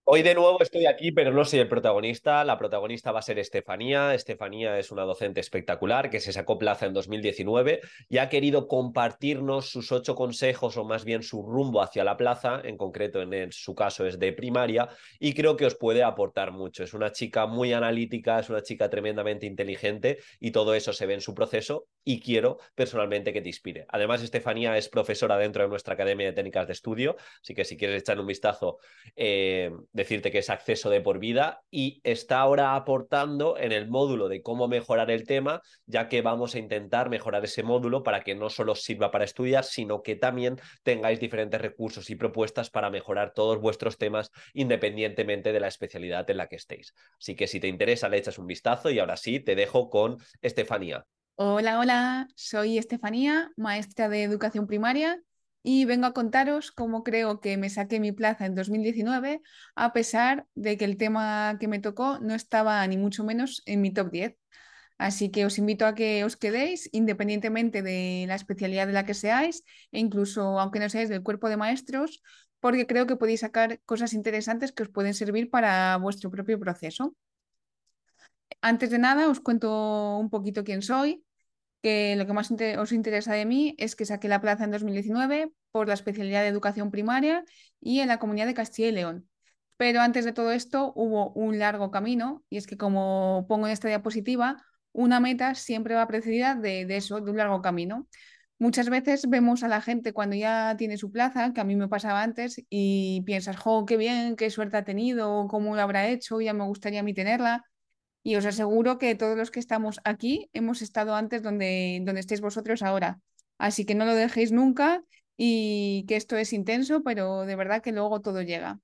Hoy de nuevo estoy aquí, pero no soy el protagonista. La protagonista va a ser Estefanía. Estefanía es una docente espectacular que se sacó plaza en 2019 y ha querido compartirnos sus 8 consejos o más bien su rumbo hacia la plaza, en concreto en su caso es de primaria, y creo que os puede aportar mucho. Es una chica muy analítica, es una chica tremendamente inteligente y todo eso se ve en su proceso y quiero personalmente que te inspire. Además, Estefanía es profesora dentro de nuestra Academia de Técnicas de Estudio, así que si quieres echar un vistazo decirte que es acceso de por vida y está ahora aportando en el módulo de cómo mejorar el tema, ya que vamos a intentar mejorar ese módulo para que no solo sirva para estudiar, sino que también tengáis diferentes recursos y propuestas para mejorar todos vuestros temas independientemente de la especialidad en la que estéis. Así que si te interesa, le echas un vistazo y ahora sí, te dejo con Estefanía. Hola, hola, soy Estefanía, maestra de educación primaria y vengo a contaros cómo creo que me saqué mi plaza en 2019 a pesar de que el tema que me tocó no estaba ni mucho menos en mi top 10. Así que os invito a que os quedéis independientemente de la especialidad de la que seáis e incluso aunque no seáis del cuerpo de maestros, porque creo que podéis sacar cosas interesantes que os pueden servir para vuestro propio proceso. Antes de nada, os cuento un poquito quién soy, que lo que más os interesa de mí es que saqué la plaza en 2019 por la especialidad de educación primaria y en la Comunidad de Castilla y León. Pero antes de todo esto hubo un largo camino y es que como pongo en esta diapositiva, una meta siempre va precedida de eso, de un largo camino. Muchas veces vemos a la gente cuando ya tiene su plaza, que a mí me pasaba antes, y piensas, jo, qué bien, qué suerte ha tenido, cómo lo habrá hecho, ya me gustaría a mí tenerla. Y os aseguro que todos los que estamos aquí hemos estado antes donde estéis vosotros ahora. Así que no lo dejéis nunca y que esto es intenso, pero de verdad que luego todo llega.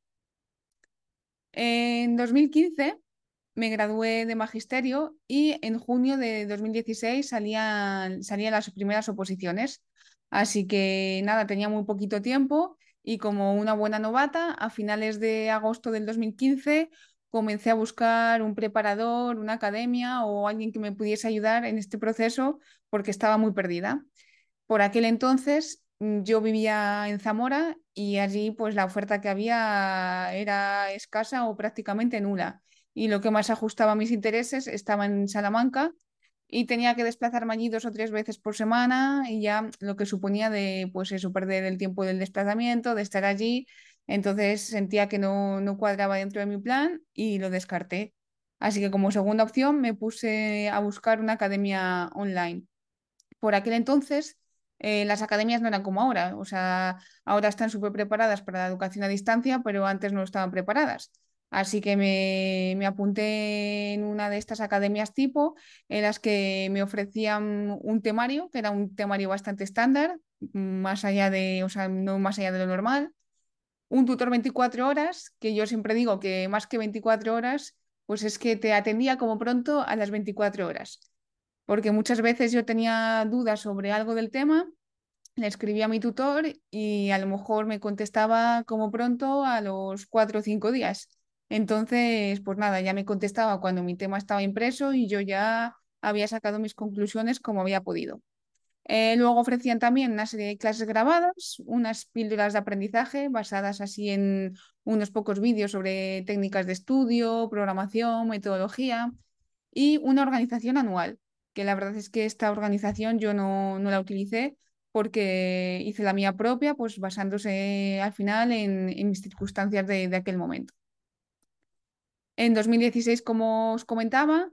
En 2015 me gradué de magisterio y en junio de 2016 salían las primeras oposiciones. Así que nada, tenía muy poquito tiempo y como una buena novata, a finales de agosto del 2015 comencé a buscar un preparador, una academia o alguien que me pudiese ayudar en este proceso porque estaba muy perdida. Por aquel entonces yo vivía en Zamora y allí pues la oferta que había era escasa o prácticamente nula. Y lo que más ajustaba a mis intereses estaba en Salamanca y tenía que desplazarme allí 2 o 3 veces por semana y ya lo que suponía de pues eso, perder el tiempo del desplazamiento, de estar allí. Entonces sentía que no cuadraba dentro de mi plan y lo descarté. Así que como segunda opción me puse a buscar una academia online. Por aquel entonces las academias no eran como ahora, o sea, ahora están súper preparadas para la educación a distancia, pero antes no estaban preparadas. Así que me apunté en una de estas academias tipo, en las que me ofrecían un temario, que era un temario bastante estándar, más allá de, o sea, no más allá de lo normal, un tutor 24 horas, que yo siempre digo que más que 24 horas, pues es que te atendía como pronto a las 24 horas porque muchas veces yo tenía dudas sobre algo del tema, le escribía a mi tutor y a lo mejor me contestaba como pronto a los 4 o 5 días. Entonces, pues nada, ya me contestaba cuando mi tema estaba impreso y yo ya había sacado mis conclusiones como había podido. Luego ofrecían también una serie de clases grabadas, unas píldoras de aprendizaje basadas así en unos pocos vídeos sobre técnicas de estudio, programación, metodología y una organización anual, que la verdad es que esta organización yo no la utilicé porque hice la mía propia, pues basándose al final en mis circunstancias de aquel momento. En 2016, como os comentaba,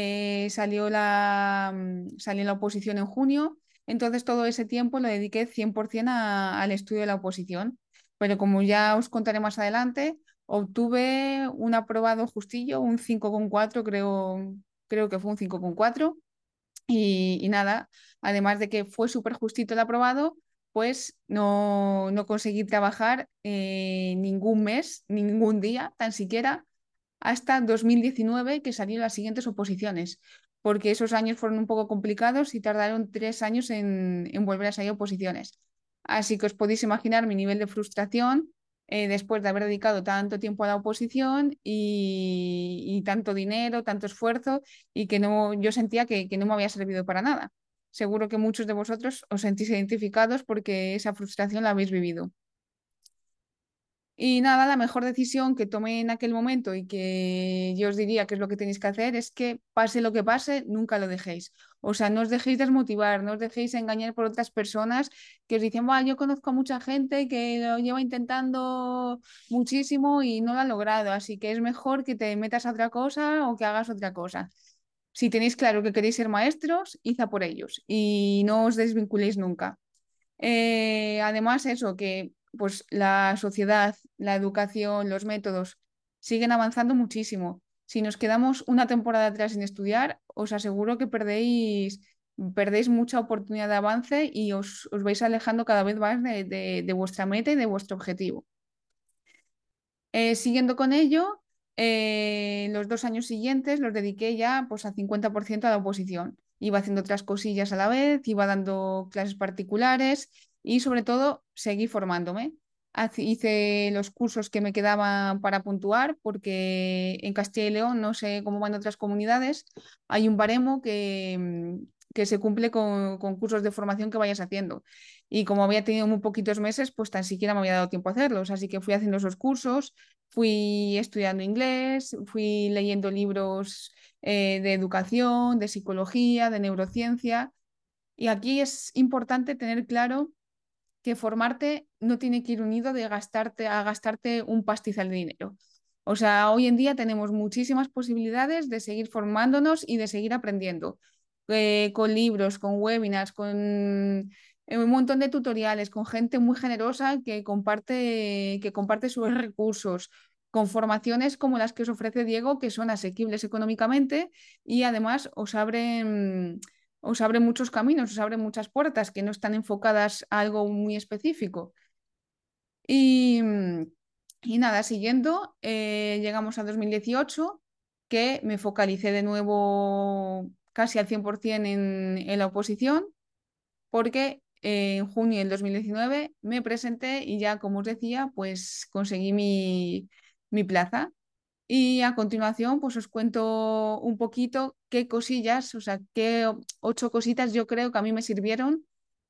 salió la oposición en junio, entonces todo ese tiempo lo dediqué 100% al estudio de la oposición, pero como ya os contaré más adelante, obtuve un aprobado justillo, un 5,4 creo que fue un 5,4 y nada, además de que fue súper justito el aprobado, pues no conseguí trabajar ningún mes, ningún día, tan siquiera hasta 2019 que salieron las siguientes oposiciones, porque esos años fueron un poco complicados y tardaron 3 años en volver a salir oposiciones. Así que os podéis imaginar mi nivel de frustración después de haber dedicado tanto tiempo a la oposición y tanto dinero, tanto esfuerzo y que no, yo sentía que no me había servido para nada. Seguro que muchos de vosotros os sentís identificados porque esa frustración la habéis vivido. Y nada, la mejor decisión que tomé en aquel momento y que yo os diría que es lo que tenéis que hacer es que pase lo que pase, nunca lo dejéis. O sea, no os dejéis desmotivar, no os dejéis engañar por otras personas que os dicen, "Buah, yo conozco a mucha gente que lo lleva intentando muchísimo y no lo ha logrado, así que es mejor que te metas a otra cosa o que hagas otra cosa. Si tenéis claro que queréis ser maestros, id a por ellos y no os desvinculéis nunca. Además, eso, que pues la sociedad, la educación, los métodos siguen avanzando muchísimo. Si nos quedamos una temporada atrás sin estudiar, os aseguro que perdéis mucha oportunidad de avance y os vais alejando cada vez más de vuestra meta y de vuestro objetivo. Siguiendo con ello, los 2 años siguientes los dediqué ya pues, al 50% a la oposición. Iba haciendo otras cosillas a la vez, iba dando clases particulares y sobre todo seguí formándome. Hice los cursos que me quedaban para puntuar porque en Castilla y León, no sé cómo van otras comunidades, hay un baremo que se cumple con cursos de formación que vayas haciendo. Y como había tenido muy poquitos meses, pues tan siquiera me había dado tiempo a hacerlos. Así que fui haciendo esos cursos, fui estudiando inglés, fui leyendo libros de educación, de psicología, de neurociencia. Y aquí es importante tener claro que formarte no tiene que ir unido a gastarte un pastizal de dinero. O sea, hoy en día tenemos muchísimas posibilidades de seguir formándonos y de seguir aprendiendo, con libros, con webinars, con un montón de tutoriales, con gente muy generosa que comparte sus recursos, con formaciones como las que os ofrece Diego, que son asequibles económicamente y además os abre muchos caminos, os abre muchas puertas que no están enfocadas a algo muy específico. Y, y nada, siguiendo, llegamos a 2018, que me focalicé de nuevo casi al 100% en la oposición, porque en junio del 2019 me presenté y ya, como os decía, pues conseguí mi plaza. Y a continuación, pues os cuento un poquito qué cosillas, o sea, qué 8 cositas yo creo que a mí me sirvieron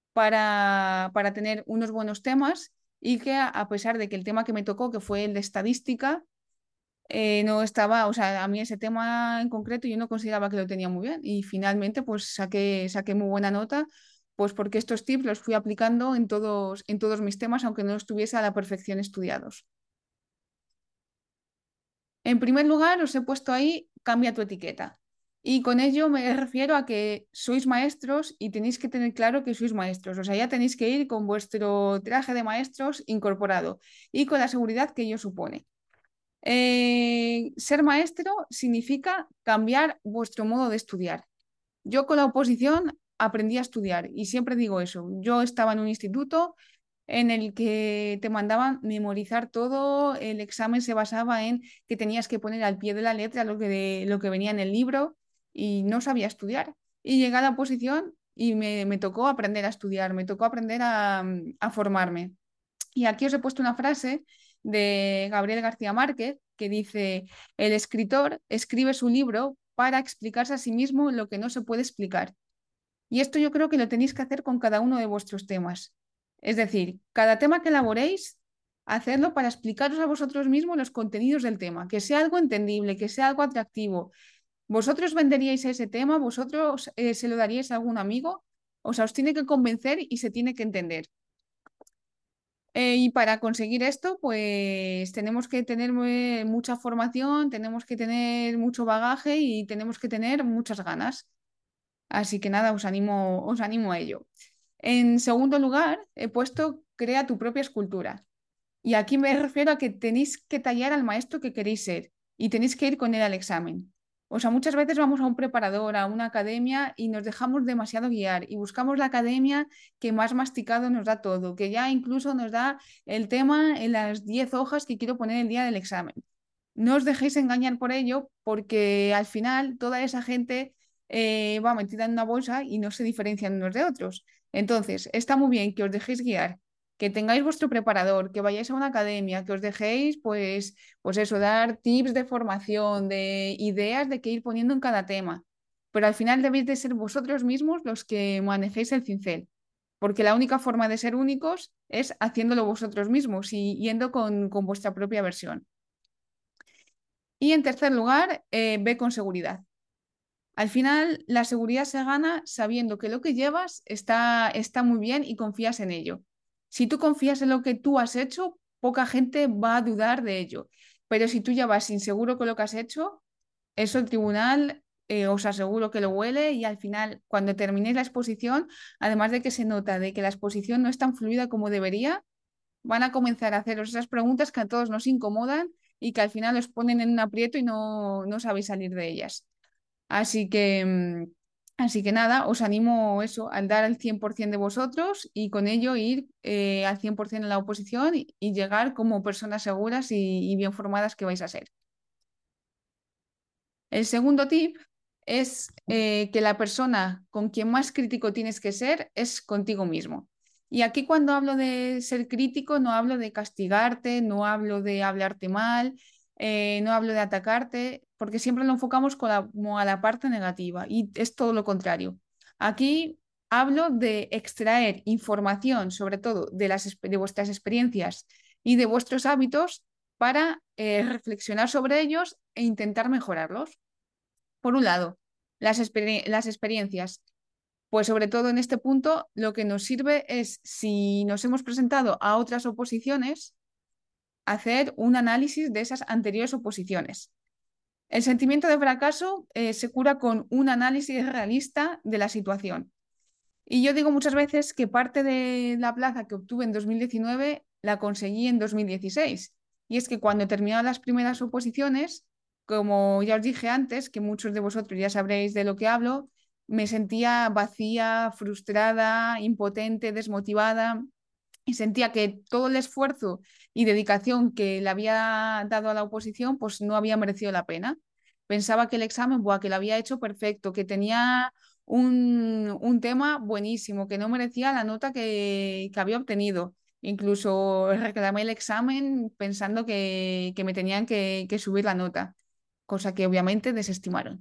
para tener unos buenos temas y que a pesar de que el tema que me tocó, que fue el de estadística, no estaba, o sea, a mí ese tema en concreto yo no consideraba que lo tenía muy bien y finalmente pues saqué muy buena nota, pues porque estos tips los fui aplicando en todos mis temas, aunque no estuviese a la perfección estudiados. En primer lugar, os he puesto ahí, cambia tu etiqueta. Y con ello me refiero a que sois maestros y tenéis que tener claro que sois maestros. O sea, ya tenéis que ir con vuestro traje de maestros incorporado y con la seguridad que ello supone. Ser maestro significa cambiar vuestro modo de estudiar. Yo con la oposición aprendí a estudiar y siempre digo eso. Yo estaba en un instituto en el que te mandaban memorizar todo, el examen se basaba en que tenías que poner al pie de la letra lo que venía en el libro y no sabía estudiar. Y llegué a la oposición y me tocó aprender a estudiar, me tocó aprender a formarme. Y aquí os he puesto una frase de Gabriel García Márquez que dice, el escritor escribe su libro para explicarse a sí mismo lo que no se puede explicar. Y esto yo creo que lo tenéis que hacer con cada uno de vuestros temas. Es decir, cada tema que elaboréis, hacedlo para explicaros a vosotros mismos los contenidos del tema, que sea algo entendible, que sea algo atractivo. ¿Vosotros venderíais ese tema? ¿Vosotros se lo daríais a algún amigo? O sea, os tiene que convencer y se tiene que entender. Y para conseguir esto, pues tenemos que tener mucha formación, tenemos que tener mucho bagaje y tenemos que tener muchas ganas. Así que nada, os animo a ello. En segundo lugar, he puesto crea tu propia escultura. Y aquí me refiero a que tenéis que tallar al maestro que queréis ser y tenéis que ir con él al examen. O sea, muchas veces vamos a un preparador, a una academia y nos dejamos demasiado guiar y buscamos la academia que más masticado nos da todo, que ya incluso nos da el tema en las 10 hojas que quiero poner el día del examen. No os dejéis engañar por ello, porque al final toda esa gente va metida en una bolsa y no se diferencian unos de otros. Entonces, está muy bien que os dejéis guiar, que tengáis vuestro preparador, que vayáis a una academia, que os dejéis, pues eso, dar tips de formación, de ideas de qué ir poniendo en cada tema. Pero al final debéis de ser vosotros mismos los que manejéis el cincel. porque la única forma de ser únicos es haciéndolo vosotros mismos y yendo con vuestra propia versión. Y en tercer lugar, ve con seguridad. Al final, la seguridad se gana sabiendo que lo que llevas está muy bien y confías en ello. Si tú confías en lo que tú has hecho, poca gente va a dudar de ello. Pero si tú ya vas inseguro con lo que has hecho, eso el tribunal os aseguro que lo huele y al final, cuando terminéis la exposición, además de que se nota de que la exposición no es tan fluida como debería, van a comenzar a haceros esas preguntas que a todos nos incomodan y que al final os ponen en un aprieto y no sabéis salir de ellas. Así que, así que nada, os animo eso, al dar el 100% de vosotros y con ello ir al 100% en la oposición y llegar como personas seguras y bien formadas que vais a ser. El segundo tip es que la persona con quien más crítico tienes que ser es contigo mismo. Y aquí cuando hablo de ser crítico, no hablo de castigarte, no hablo de hablarte mal, no hablo de atacarte, porque siempre lo enfocamos como a la parte negativa y es todo lo contrario. Aquí hablo de extraer información, sobre todo de vuestras experiencias y de vuestros hábitos para reflexionar sobre ellos e intentar mejorarlos. Por un lado, las experiencias. Pues sobre todo en este punto, lo que nos sirve es, si nos hemos presentado a otras oposiciones, hacer un análisis de esas anteriores oposiciones. El sentimiento de fracaso se cura con un análisis realista de la situación. Y yo digo muchas veces que parte de la plaza que obtuve en 2019 la conseguí en 2016. Y es que cuando terminaron las primeras oposiciones, como ya os dije antes, que muchos de vosotros ya sabréis de lo que hablo, me sentía vacía, frustrada, impotente, desmotivada y sentía que todo el esfuerzo y dedicación que le había dado a la oposición pues no había merecido la pena. Pensaba que el examen, buah, que lo había hecho perfecto, que tenía un tema buenísimo, que no merecía la nota que había obtenido. Incluso reclamé el examen pensando que me tenían que subir la nota, cosa que obviamente desestimaron.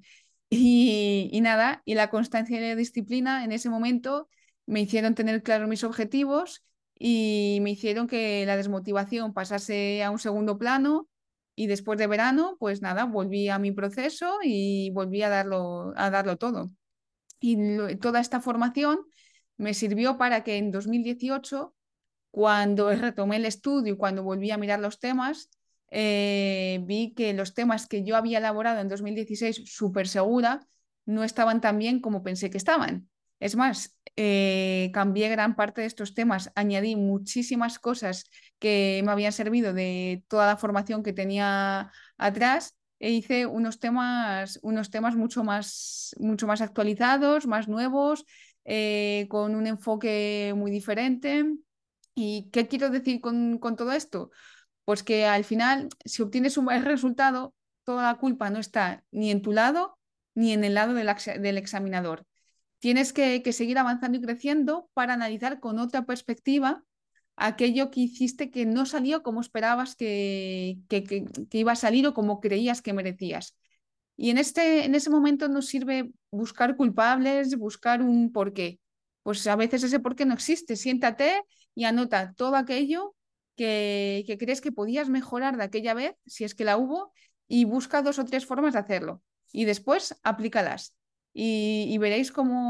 Y nada, y la constancia y la disciplina en ese momento me hicieron tener claros mis objetivos y me hicieron que la desmotivación pasase a un segundo plano y después de verano, pues nada, volví a mi proceso y volví a darlo todo. Y toda esta formación me sirvió para que en 2018, cuando retomé el estudio y cuando volví a mirar los temas, vi que los temas que yo había elaborado en 2016 súper segura no estaban tan bien como pensé que estaban. Es más, cambié gran parte de estos temas, añadí muchísimas cosas que me habían servido de toda la formación que tenía atrás e hice unos temas mucho más actualizados, más nuevos, con un enfoque muy diferente. ¿Y qué quiero decir con todo esto? Pues que al final, si obtienes un buen resultado, toda la culpa no está ni en tu lado ni en el lado del examinador. Tienes que seguir avanzando y creciendo para analizar con otra perspectiva aquello que hiciste que no salió como esperabas que iba a salir o como creías que merecías. Y en ese momento nos sirve buscar culpables, buscar un porqué. Pues a veces ese porqué no existe. Siéntate y anota todo aquello que crees que podías mejorar de aquella vez, si es que la hubo, y busca dos o tres formas de hacerlo. Y después aplícalas. Y veréis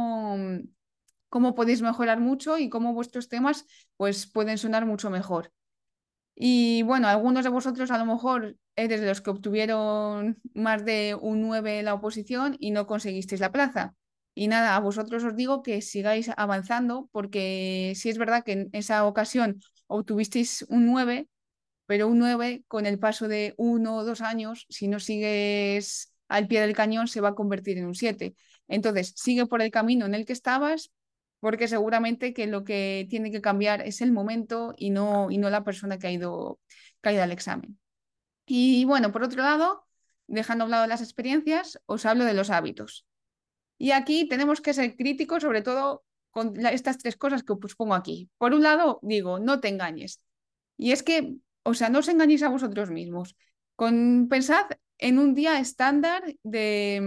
cómo podéis mejorar mucho y cómo vuestros temas pues, pueden sonar mucho mejor. Y bueno, algunos de vosotros a lo mejor eres de los que obtuvieron más de un 9 en la oposición y no conseguisteis la plaza. Y nada, a vosotros os digo que sigáis avanzando porque sí es verdad que en esa ocasión obtuvisteis un 9, pero un 9 con el paso de 1 o 2 años, si no sigues al pie del cañón, se va a convertir en un 7. Entonces, sigue por el camino en el que estabas, porque seguramente que lo que tiene que cambiar es el momento y no la persona que ha ido al examen. Y bueno, por otro lado, dejando a un lado las experiencias, os hablo de los hábitos. Y aquí tenemos que ser críticos, sobre todo con estas tres cosas que os pongo aquí. Por un lado, digo, no te engañes. Y es que, o sea, no os engañéis a vosotros mismos. Pensad en un día estándar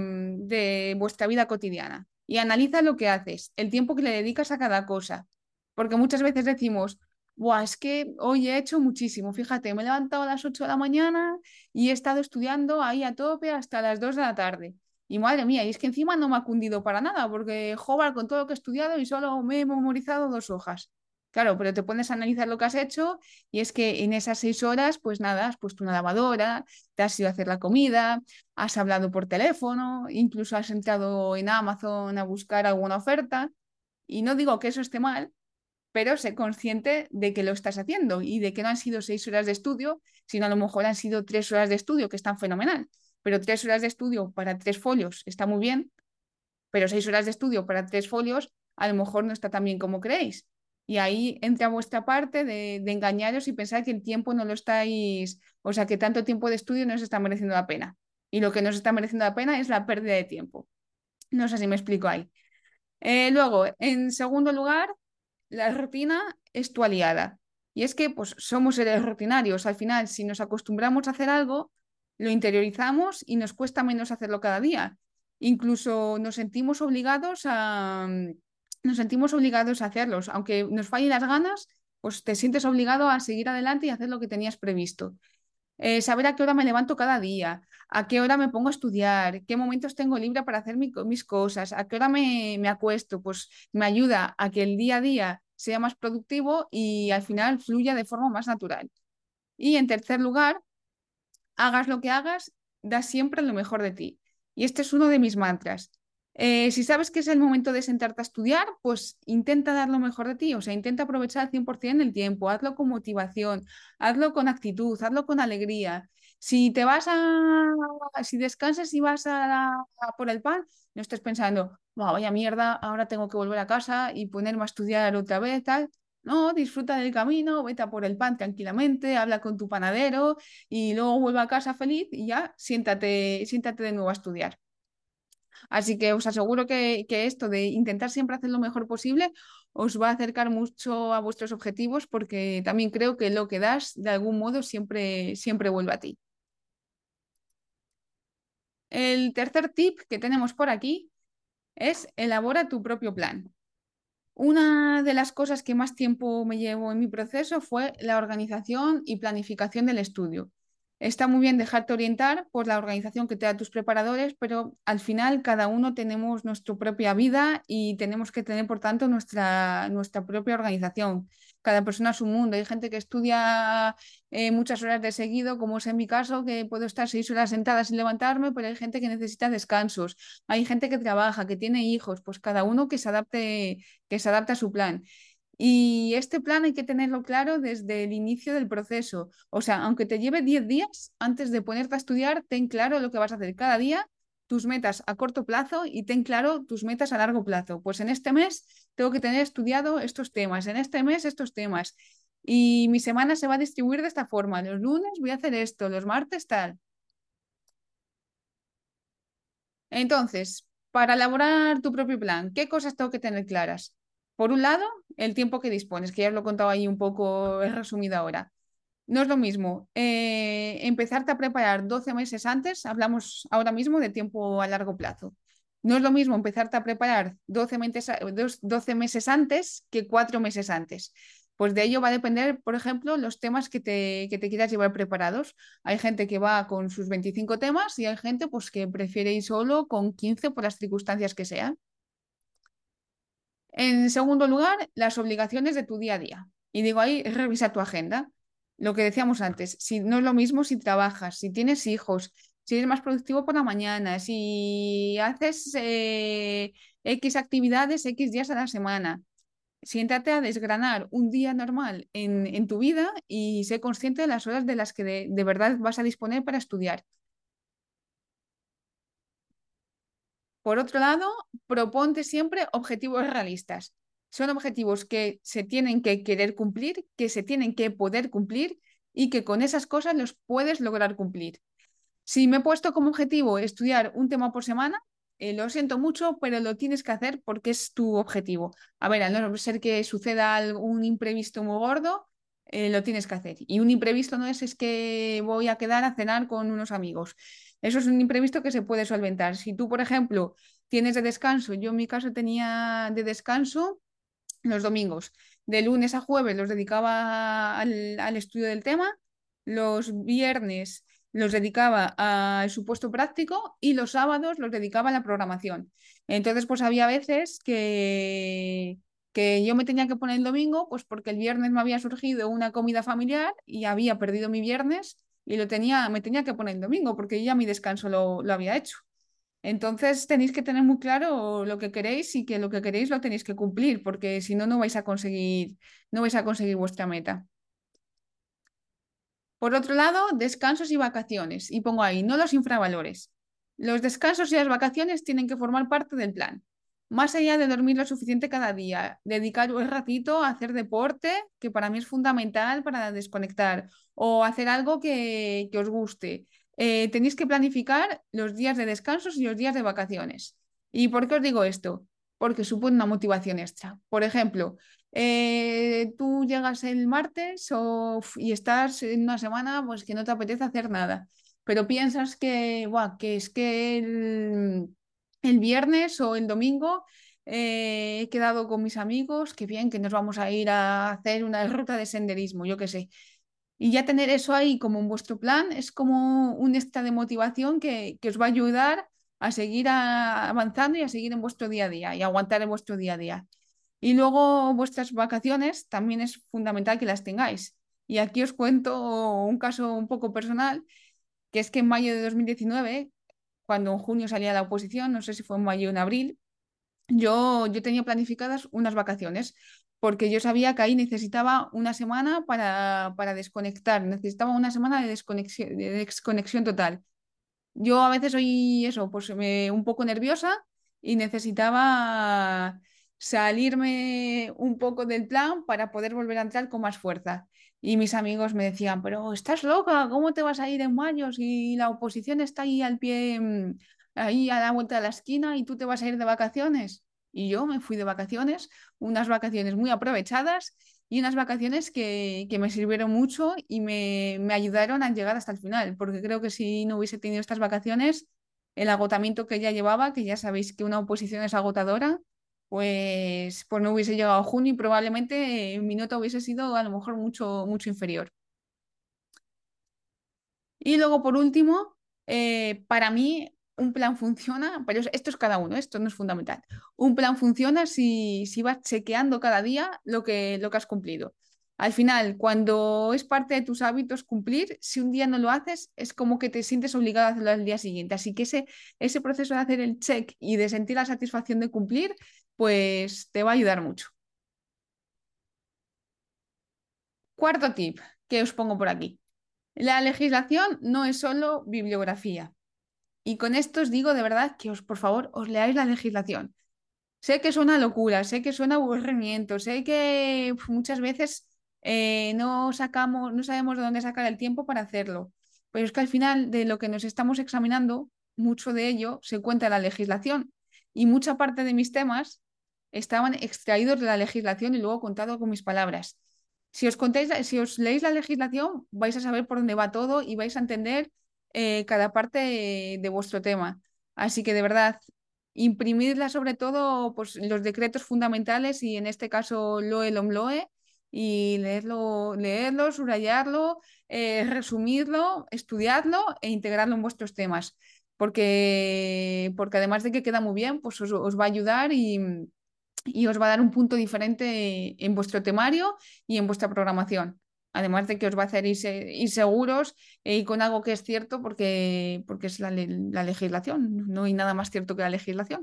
de vuestra vida cotidiana y analiza lo que haces, el tiempo que le dedicas a cada cosa. Porque muchas veces decimos, buah, es que hoy he hecho muchísimo, fíjate, me he levantado a las 8 de la mañana y he estado estudiando ahí a tope hasta las 2 de la tarde. Y madre mía, y es que encima no me ha cundido para nada, porque joder, con todo lo que he estudiado y solo me he memorizado 2 hojas. Claro, pero te pones a analizar lo que has hecho y es que en esas 6 horas, pues nada, has puesto una lavadora, te has ido a hacer la comida, has hablado por teléfono, incluso has entrado en Amazon a buscar alguna oferta. Y no digo que eso esté mal, pero sé consciente de que lo estás haciendo y de que no han sido 6 horas de estudio, sino a lo mejor han sido 3 horas de estudio, que están fenomenal. Pero 3 horas de estudio para 3 folios está muy bien, pero 6 horas de estudio para 3 folios a lo mejor no está tan bien como creéis. Y ahí entra vuestra parte de engañaros y pensar que el tiempo no lo estáis, o sea, que tanto tiempo de estudio no os está mereciendo la pena. Y lo que no os está mereciendo la pena es la pérdida de tiempo. No sé si me explico ahí. Luego, en segundo lugar, la rutina es tu aliada. Y es que pues, somos seres rutinarios. Al final, si nos acostumbramos a hacer algo, lo interiorizamos y nos cuesta menos hacerlo cada día. Incluso nos sentimos obligados a hacerlos. Aunque nos fallen las ganas, pues te sientes obligado a seguir adelante y hacer lo que tenías previsto. Saber a qué hora me levanto cada día, a qué hora me pongo a estudiar, qué momentos tengo libre para hacer mis cosas, a qué hora me acuesto, pues me ayuda a que el día a día sea más productivo y al final fluya de forma más natural. Y en tercer lugar, hagas lo que hagas, da siempre lo mejor de ti. Y este es uno de mis mantras. Si sabes que es el momento de sentarte a estudiar, pues intenta dar lo mejor de ti, o sea, intenta aprovechar al 100% el tiempo, hazlo con motivación, hazlo con actitud, hazlo con alegría. Si descansas y vas a por el pan, no estés pensando, "Buah, vaya mierda, ahora tengo que volver a casa y ponerme a estudiar otra vez, tal. No, disfruta del camino, vete a por el pan tranquilamente, habla con tu panadero y luego vuelve a casa feliz y ya siéntate de nuevo a estudiar. Así que os aseguro que esto de intentar siempre hacer lo mejor posible os va a acercar mucho a vuestros objetivos porque también creo que lo que das de algún modo siempre vuelve a ti. El tercer tip que tenemos por aquí es elabora tu propio plan. Una de las cosas que más tiempo me llevó en mi proceso fue la organización y planificación del estudio. Está muy bien dejarte orientar por la organización que te da tus preparadores, pero al final cada uno tenemos nuestra propia vida y tenemos que tener, por tanto, nuestra propia organización. Cada persona es su mundo. Hay gente que estudia muchas horas de seguido, como es en mi caso, que puedo estar 6 horas sentada sin levantarme, pero hay gente que necesita descansos. Hay gente que trabaja, que tiene hijos, pues cada uno que se adapte a su plan. Y este plan hay que tenerlo claro desde el inicio del proceso. O sea, aunque te lleve 10 días antes de ponerte a estudiar, ten claro lo que vas a hacer cada día, tus metas a corto plazo y ten claro tus metas a largo plazo. Pues en este mes tengo que tener estudiado estos temas, en este mes estos temas. Y mi semana se va a distribuir de esta forma. Los lunes voy a hacer esto, los martes tal. Entonces, para elaborar tu propio plan, ¿qué cosas tengo que tener claras? Por un lado, el tiempo que dispones, que ya os lo he contado ahí un poco, he resumido ahora. No es lo mismo empezarte a preparar 12 meses antes, hablamos ahora mismo de tiempo a largo plazo. No es lo mismo empezarte a preparar 12 meses antes que 4 meses antes. Pues de ello va a depender, por ejemplo, los temas que te quieras llevar preparados. Hay gente que va con sus 25 temas y hay gente pues, que prefiere ir solo con 15 por las circunstancias que sean. En segundo lugar, las obligaciones de tu día a día. Y digo ahí, revisa tu agenda. Lo que decíamos antes, si no es lo mismo si trabajas, si tienes hijos, si eres más productivo por la mañana, si haces X actividades X días a la semana. Siéntate a desgranar un día normal en tu vida y sé consciente de las horas de las que de verdad vas a disponer para estudiar. Por otro lado, proponte siempre objetivos realistas. Son objetivos que se tienen que querer cumplir, que se tienen que poder cumplir y que con esas cosas los puedes lograr cumplir. Si me he puesto como objetivo estudiar un tema por semana, lo siento mucho, pero lo tienes que hacer porque es tu objetivo. A ver, al no ser que suceda algún imprevisto muy gordo, lo tienes que hacer. Y un imprevisto no es que voy a quedar a cenar con unos amigos. Eso es un imprevisto que se puede solventar. Si tú, por ejemplo, tienes de descanso, yo en mi caso tenía de descanso los domingos. De lunes a jueves los dedicaba al estudio del tema, los viernes los dedicaba al supuesto práctico y los sábados los dedicaba a la programación. Entonces, pues había veces que yo me tenía que poner el domingo, pues porque el viernes me había surgido una comida familiar y había perdido mi viernes y me tenía que poner el domingo porque ya mi descanso lo había hecho. Entonces tenéis que tener muy claro lo que queréis y que lo que queréis lo tenéis que cumplir, porque si no, no vais a conseguir vuestra meta. Por otro lado, descansos y vacaciones. Y pongo ahí, no los infravalores. Los descansos y las vacaciones tienen que formar parte del plan. Más allá de dormir lo suficiente cada día, dedicar un ratito a hacer deporte, que para mí es fundamental para desconectar, o hacer algo que os guste. Tenéis que planificar los días de descansos y los días de vacaciones. ¿Y por qué os digo esto? Porque supone una motivación extra. Por ejemplo, tú llegas el martes y estás en una semana pues que no te apetece hacer nada, pero piensas que, buah, que es que el viernes o el domingo he quedado con mis amigos, que bien, que nos vamos a ir a hacer una ruta de senderismo, yo qué sé. Y ya tener eso ahí como en vuestro plan es como un extra de motivación que os va a ayudar a seguir avanzando y a seguir en vuestro día a día y aguantar en vuestro día a día. Y luego vuestras vacaciones también es fundamental que las tengáis. Y aquí os cuento un caso un poco personal, que es que en mayo de 2019, cuando en junio salía la oposición, no sé si fue en mayo o en abril, yo tenía planificadas unas vacaciones, porque yo sabía que ahí necesitaba una semana para desconectar, necesitaba una semana de desconexión total. Yo a veces soy eso, pues un poco nerviosa y necesitaba salirme un poco del plan para poder volver a entrar con más fuerza. Y mis amigos me decían, pero estás loca, ¿cómo te vas a ir en mayo si la oposición está ahí al pie, ahí a la vuelta de la esquina y tú te vas a ir de vacaciones? Y yo me fui de vacaciones, unas vacaciones muy aprovechadas y unas vacaciones que me sirvieron mucho y me ayudaron a llegar hasta el final, porque creo que si no hubiese tenido estas vacaciones, el agotamiento que ya llevaba, que ya sabéis que una oposición es agotadora, pues no hubiese llegado a junio y probablemente mi nota hubiese sido a lo mejor mucho, mucho inferior. Y luego, por último, para mí un plan funciona, pero esto es cada uno, esto no es fundamental. Un plan funciona si vas chequeando cada día lo que has cumplido. Al final, cuando es parte de tus hábitos cumplir, si un día no lo haces, es como que te sientes obligado a hacerlo al día siguiente. Así que ese proceso de hacer el check y de sentir la satisfacción de cumplir, pues te va a ayudar mucho. Cuarto tip que os pongo por aquí. La legislación no es solo bibliografía. Y con esto os digo de verdad que por favor, os leáis la legislación. Sé que suena locura, sé que suena aburrimiento, sé que muchas veces no sabemos de dónde sacar el tiempo para hacerlo. Pero es que al final de lo que nos estamos examinando, mucho de ello se cuenta en la legislación. Y mucha parte de mis temas estaban extraídos de la legislación y luego contado con mis palabras. Si os leéis la legislación, vais a saber por dónde va todo y vais a entender cada parte de vuestro tema. Así que de verdad, imprimirla sobre todo pues, los decretos fundamentales y en este caso LOE, LOMLOE y leerlo, subrayarlo, resumirlo, estudiarlo e integrarlo en vuestros temas. Porque además de que queda muy bien, pues os va a ayudar y os va a dar un punto diferente en vuestro temario y en vuestra programación. Además de que os va a hacer ir seguros y con algo que es cierto porque es la legislación. No hay nada más cierto que la legislación.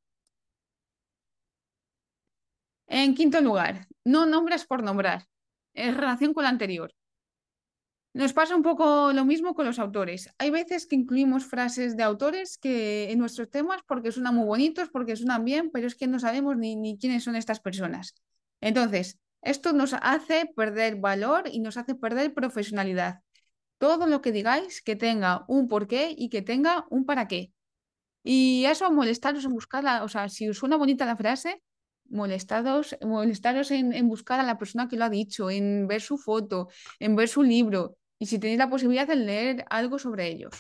En quinto lugar, no nombres por nombrar. En relación con la anterior. Nos pasa un poco lo mismo con los autores. Hay veces que incluimos frases de autores que en nuestros temas porque suenan muy bonitos, porque suenan bien, pero es que no sabemos ni quiénes son estas personas. Entonces, esto nos hace perder valor y nos hace perder profesionalidad. Todo lo que digáis que tenga un porqué y que tenga un para qué. Y eso, molestaros en buscarla, o sea, si os suena bonita la frase, molestaros en buscar a la persona que lo ha dicho, en ver su foto, en ver su libro, y si tenéis la posibilidad de leer algo sobre ellos.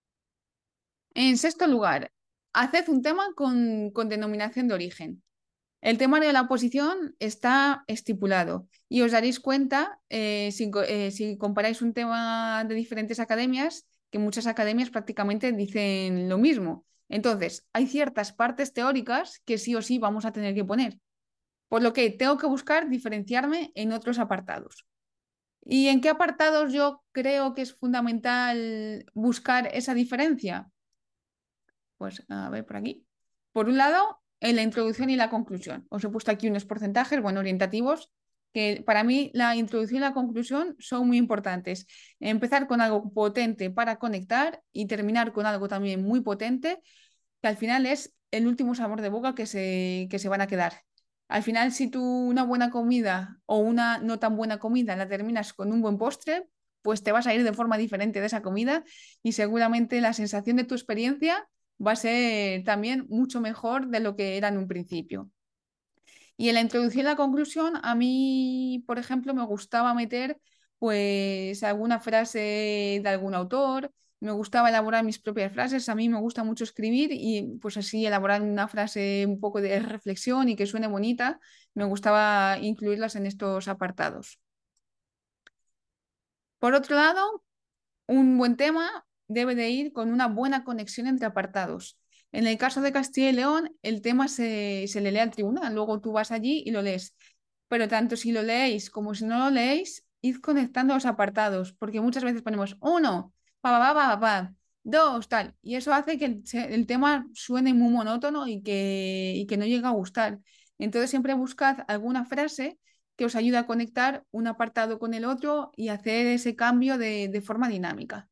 En sexto lugar, haced un tema con denominación de origen. El temario de la oposición está estipulado y os daréis cuenta, si comparáis un tema de diferentes academias, que muchas academias prácticamente dicen lo mismo. Entonces, hay ciertas partes teóricas que sí o sí vamos a tener que poner, por lo que tengo que buscar diferenciarme en otros apartados. ¿Y en qué apartados yo creo que es fundamental buscar esa diferencia? Pues a ver por aquí. Por un lado, en la introducción y la conclusión. Os he puesto aquí unos porcentajes, bueno, orientativos, que para mí la introducción y la conclusión son muy importantes. Empezar con algo potente para conectar y terminar con algo también muy potente, que al final es el último sabor de boca que se van a quedar. Al final, si tú una buena comida o una no tan buena comida la terminas con un buen postre, pues te vas a ir de forma diferente de esa comida y seguramente la sensación de tu experiencia va a ser también mucho mejor de lo que era en un principio. Y en la introducción y la conclusión, a mí, por ejemplo, me gustaba meter pues alguna frase de algún autor, me gustaba elaborar mis propias frases, a mí me gusta mucho escribir y pues así elaborar una frase un poco de reflexión y que suene bonita, me gustaba incluirlas en estos apartados. Por otro lado, un buen tema debe de ir con una buena conexión entre apartados. En el caso de Castilla y León, el tema se le lee al tribunal, luego tú vas allí y lo lees. Pero tanto si lo leéis como si no lo leéis, id conectando los apartados, porque muchas veces ponemos uno, pa, dos, tal, y eso hace que el tema suene muy monótono y que no llegue a gustar. Entonces siempre buscad alguna frase que os ayude a conectar un apartado con el otro y hacer ese cambio de forma dinámica.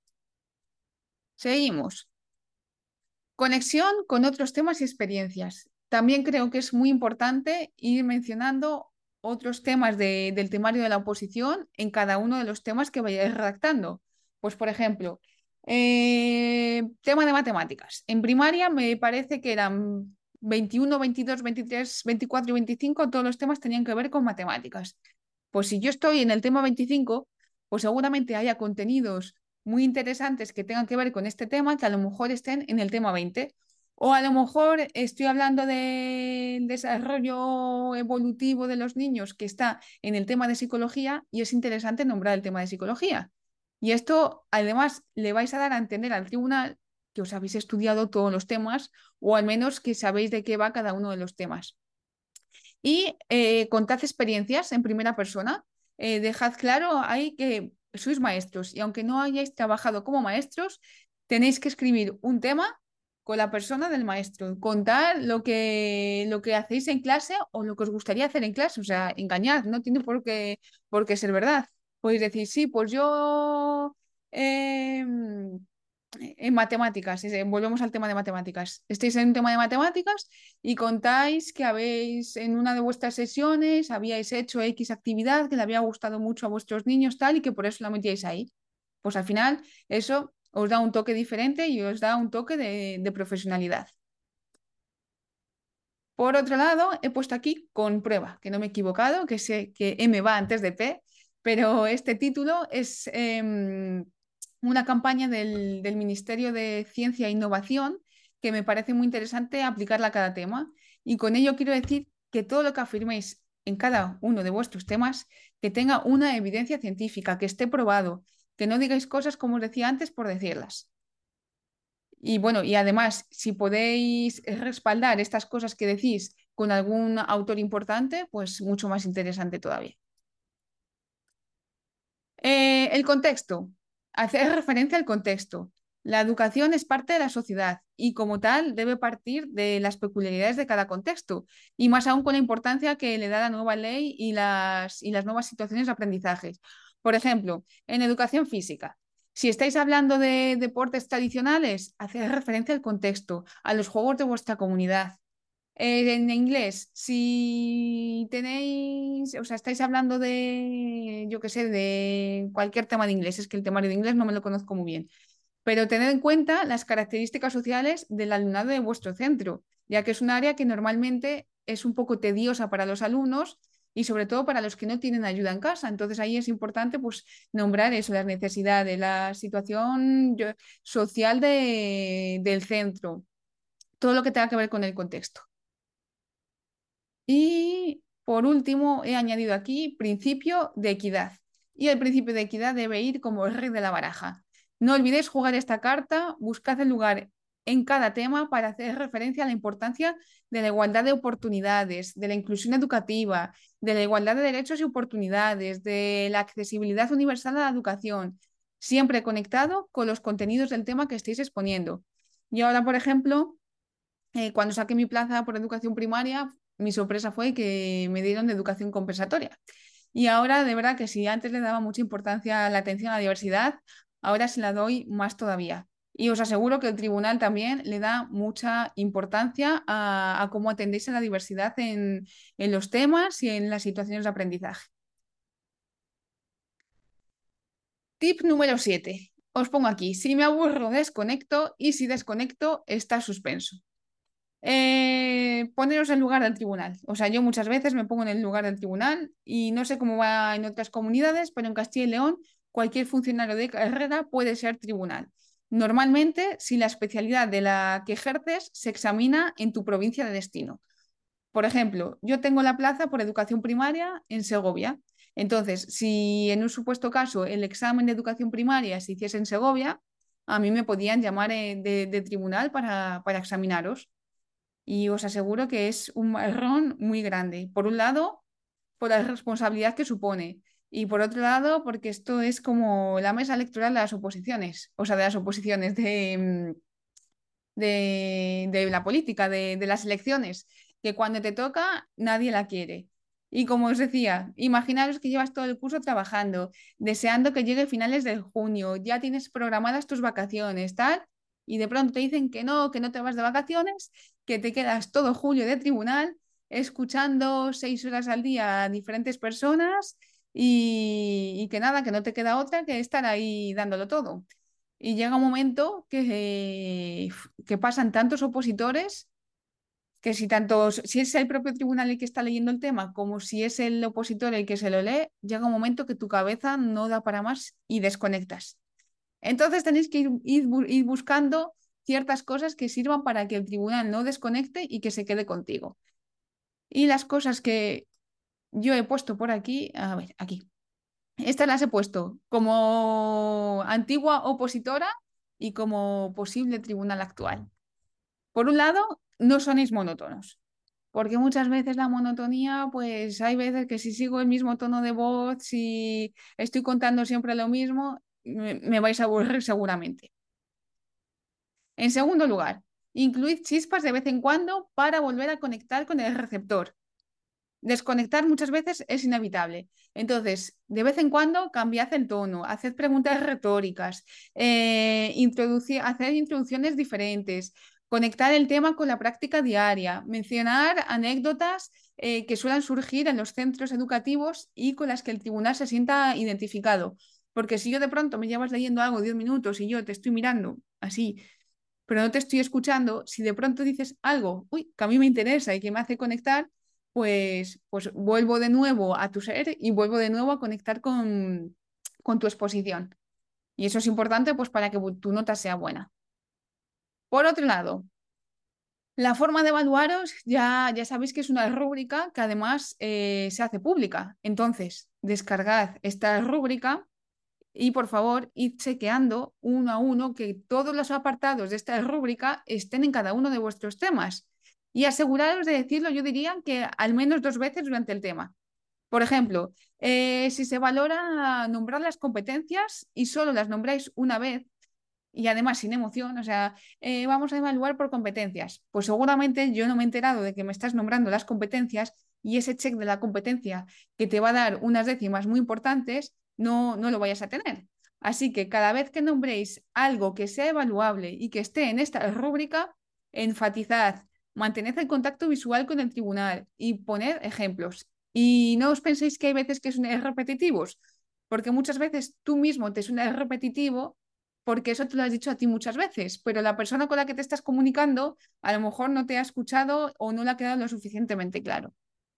Seguimos. Conexión con otros temas y experiencias. También creo que es muy importante ir mencionando otros temas del temario de la oposición en cada uno de los temas que vayáis redactando. Pues, por ejemplo, tema de matemáticas. En primaria me parece que eran 21, 22, 23, 24 y 25, todos los temas tenían que ver con matemáticas. Pues si yo estoy en el tema 25, pues seguramente haya contenidos muy interesantes que tengan que ver con este tema que a lo mejor estén en el tema 20. O a lo mejor estoy hablando del desarrollo evolutivo de los niños que está en el tema de psicología y es interesante nombrar el tema de psicología. Y esto además le vais a dar a entender al tribunal que os habéis estudiado todos los temas o al menos que sabéis de qué va cada uno de los temas. Y contad experiencias en primera persona. Dejad claro ahí que sois maestros y aunque no hayáis trabajado como maestros, tenéis que escribir un tema con la persona del maestro, contar lo que hacéis en clase o lo que os gustaría hacer en clase, o sea, engañad, no tiene por qué ser verdad. Podéis decir, sí, pues yo en matemáticas, volvemos al tema de matemáticas. Estáis en un tema de matemáticas y contáis que habéis en una de vuestras sesiones habíais hecho X actividad que le había gustado mucho a vuestros niños tal y que por eso la metíais ahí. Pues al final eso os da un toque diferente y os da un toque de profesionalidad. Por otro lado, he puesto aquí con prueba, que no me he equivocado, que sé que M va antes de P, pero este título es una campaña del Ministerio de Ciencia e Innovación que me parece muy interesante aplicarla a cada tema. Y con ello quiero decir que todo lo que afirméis en cada uno de vuestros temas, que tenga una evidencia científica, que esté probado, que no digáis cosas como os decía antes por decirlas. Y bueno, y además, si podéis respaldar estas cosas que decís con algún autor importante, pues mucho más interesante todavía. El contexto. Hacer referencia al contexto. La educación es parte de la sociedad y como tal debe partir de las peculiaridades de cada contexto y más aún con la importancia que le da la nueva ley y las nuevas situaciones de aprendizaje. Por ejemplo, en educación física. Si estáis hablando de deportes tradicionales, hacer referencia al contexto, a los juegos de vuestra comunidad. En inglés, si tenéis, o sea, estáis hablando de, yo qué sé, de cualquier tema de inglés, es que el temario de inglés no me lo conozco muy bien, pero tened en cuenta las características sociales del alumnado de vuestro centro, ya que es un área que normalmente es un poco tediosa para los alumnos y sobre todo para los que no tienen ayuda en casa. Entonces ahí es importante pues nombrar eso, las necesidades, la situación social del centro, todo lo que tenga que ver con el contexto. Y por último, he añadido aquí principio de equidad. Y el principio de equidad debe ir como el rey de la baraja. No olvidéis jugar esta carta, buscad el lugar en cada tema para hacer referencia a la importancia de la igualdad de oportunidades, de la inclusión educativa, de la igualdad de derechos y oportunidades, de la accesibilidad universal a la educación, siempre conectado con los contenidos del tema que estéis exponiendo. Y ahora, por ejemplo, cuando saqué mi plaza por educación primaria, mi sorpresa fue que me dieron de educación compensatoria. Y ahora, de verdad que si antes le daba mucha importancia a la atención a la diversidad, ahora se la doy más todavía. Y os aseguro que el tribunal también le da mucha importancia a cómo atendéis a la diversidad en los temas y en las situaciones de aprendizaje. Tip número 7. Os pongo aquí, si me aburro, desconecto y si desconecto, está suspenso. Poneros en lugar del tribunal. O sea, yo muchas veces me pongo en el lugar del tribunal y no sé cómo va en otras comunidades, pero en Castilla y León cualquier funcionario de carrera puede ser tribunal. Normalmente, si la especialidad de la que ejerces se examina en tu provincia de destino. Por ejemplo, yo tengo la plaza por educación primaria en Segovia. Entonces, si en un supuesto caso el examen de educación primaria se hiciese en Segovia, a mí me podían llamar de tribunal para examinaros y os aseguro que es un marrón muy grande. Por un lado, por la responsabilidad que supone y por otro lado, porque esto es como la mesa electoral de las oposiciones, o sea, de las oposiciones de la política, de las elecciones, que cuando te toca nadie la quiere. Y como os decía, imaginaros que llevas todo el curso trabajando, deseando que llegue finales de junio, ya tienes programadas tus vacaciones, tal, y de pronto te dicen que no te vas de vacaciones, que te quedas todo julio de tribunal escuchando 6 horas al día a diferentes personas y que nada, que no te queda otra que estar ahí dándolo todo. Y llega un momento que pasan tantos opositores que si es el propio tribunal el que está leyendo el tema, como si es el opositor el que se lo lee, llega un momento que tu cabeza no da para más y desconectas. Entonces tenéis que ir buscando ciertas cosas que sirvan para que el tribunal no desconecte y que se quede contigo. Y las cosas que yo he puesto por aquí, a ver, aquí. Estas las he puesto como antigua opositora y como posible tribunal actual. Por un lado, no sonéis monótonos, porque muchas veces la monotonía, pues hay veces que si sigo el mismo tono de voz, si estoy contando siempre lo mismo, me vais a aburrir seguramente. En segundo lugar, incluid chispas de vez en cuando para volver a conectar con el receptor. Desconectar muchas veces es inevitable. Entonces, de vez en cuando cambiad el tono, haced preguntas retóricas, hacer introducciones diferentes, conectar el tema con la práctica diaria, mencionar anécdotas que suelen surgir en los centros educativos y con las que el tribunal se sienta identificado. Porque si yo de pronto me llevas leyendo algo 10 minutos y yo te estoy mirando así, pero no te estoy escuchando, si de pronto dices algo, uy, que a mí me interesa y que me hace conectar, pues vuelvo de nuevo a tu ser y vuelvo de nuevo a conectar con tu exposición. Y eso es importante pues para que tu nota sea buena. Por otro lado, la forma de evaluaros ya sabéis que es una rúbrica que además se hace pública. Entonces, descargad esta rúbrica y por favor, id chequeando uno a uno que todos los apartados de esta rúbrica estén en cada uno de vuestros temas. Y aseguraros de decirlo, yo diría que al menos 2 veces durante el tema. Por ejemplo, si se valora nombrar las competencias y solo las nombráis una vez, y además sin emoción, o sea, vamos a evaluar por competencias. Pues seguramente yo no me he enterado de que me estás nombrando las competencias y ese check de la competencia que te va a dar unas décimas muy importantes, no lo vayas a tener. Así que cada vez que nombréis algo que sea evaluable y que esté en esta rúbrica, enfatizad, mantened el contacto visual con el tribunal y poned ejemplos. Y no os penséis que hay veces que son repetitivos, porque muchas veces tú mismo te suena repetitivo porque eso te lo has dicho a ti muchas veces, pero la persona con la que te estás comunicando a lo mejor no te ha escuchado o no le ha quedado lo suficientemente claro.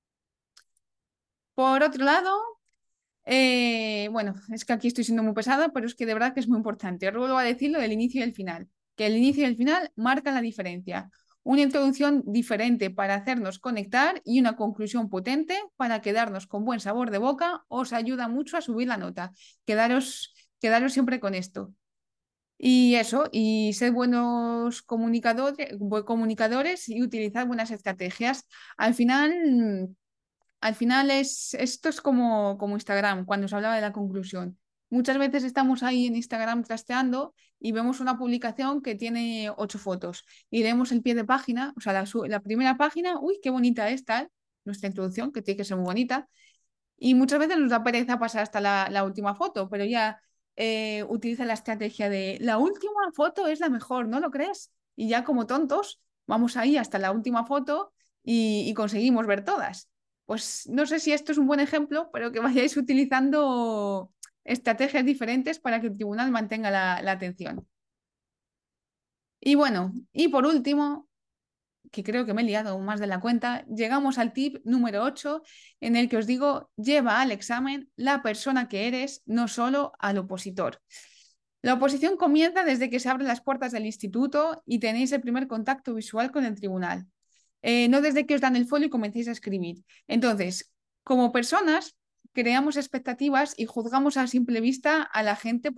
Por otro lado, bueno, es que aquí estoy siendo muy pesada, pero es que de verdad que es muy importante. Os vuelvo a decir lo del inicio y el final, que el inicio y el final marcan la diferencia. Una introducción diferente para hacernos conectar y una conclusión potente para quedarnos con buen sabor de boca os ayuda mucho a subir la nota. Quedaros siempre con esto. Y eso, y ser buenos comunicadores y utilizar buenas estrategias. Al final, esto es como Instagram, cuando os hablaba de la conclusión. Muchas veces estamos ahí en Instagram trasteando y vemos una publicación que tiene 8 fotos y leemos el pie de página, o sea, la primera página, uy, qué bonita es tal, nuestra introducción, que tiene que ser muy bonita, y muchas veces nos da pereza pasar hasta la última foto, pero ya utiliza la estrategia de la última foto es la mejor, ¿no lo crees? Y ya como tontos vamos ahí hasta la última foto y conseguimos ver todas. Pues no sé si esto es un buen ejemplo, pero que vayáis utilizando estrategias diferentes para que el tribunal mantenga la atención. Y bueno, y por último, que creo que me he liado más de la cuenta, llegamos al tip número 8, en el que os digo, lleva al examen la persona que eres, no solo al opositor. La oposición comienza desde que se abren las puertas del instituto y tenéis el primer contacto visual con el tribunal, no desde que os dan el folio y comencéis a escribir. Entonces, como personas, creamos expectativas y juzgamos a simple vista a la gente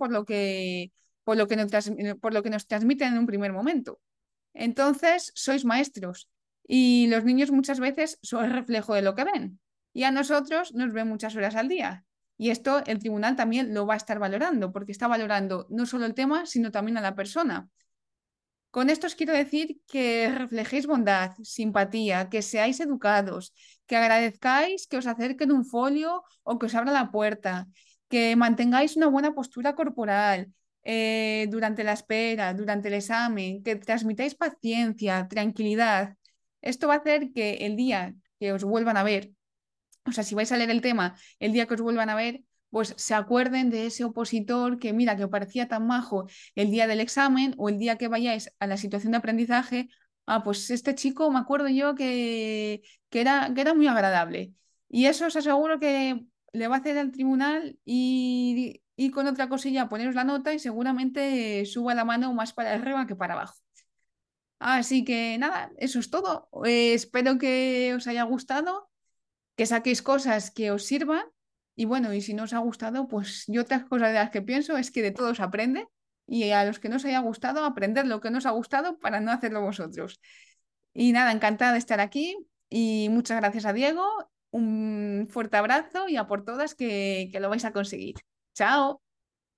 por lo que nos transmiten en un primer momento. Entonces, sois maestros y los niños muchas veces son el reflejo de lo que ven y a nosotros nos ven muchas horas al día. Y esto el tribunal también lo va a estar valorando porque está valorando no solo el tema, sino también a la persona. Con esto os quiero decir que reflejéis bondad, simpatía, que seáis educados, que agradezcáis que os acerquen un folio o que os abra la puerta, que mantengáis una buena postura corporal durante la espera, durante el examen, que transmitáis paciencia, tranquilidad. Esto va a hacer que el día que os vuelvan a ver, o sea, si vais a leer el tema, el día que os vuelvan a ver, pues se acuerden de ese opositor que, mira, que parecía tan majo el día del examen o el día que vayáis a la situación de aprendizaje. Ah, pues este chico me acuerdo yo que era muy agradable. Y eso os aseguro que le va a hacer al tribunal y con otra cosilla poneros la nota y seguramente suba la mano más para arriba que para abajo. Así que nada, eso es todo. Espero que os haya gustado, que saquéis cosas que os sirvan y bueno, y si no os ha gustado, pues yo otras cosas de las que pienso es que de todo se aprende y a los que no os haya gustado, aprender lo que no os ha gustado para no hacerlo vosotros. Y nada, encantada de estar aquí y muchas gracias a Diego, un fuerte abrazo y a por todas que lo vais a conseguir. Chao.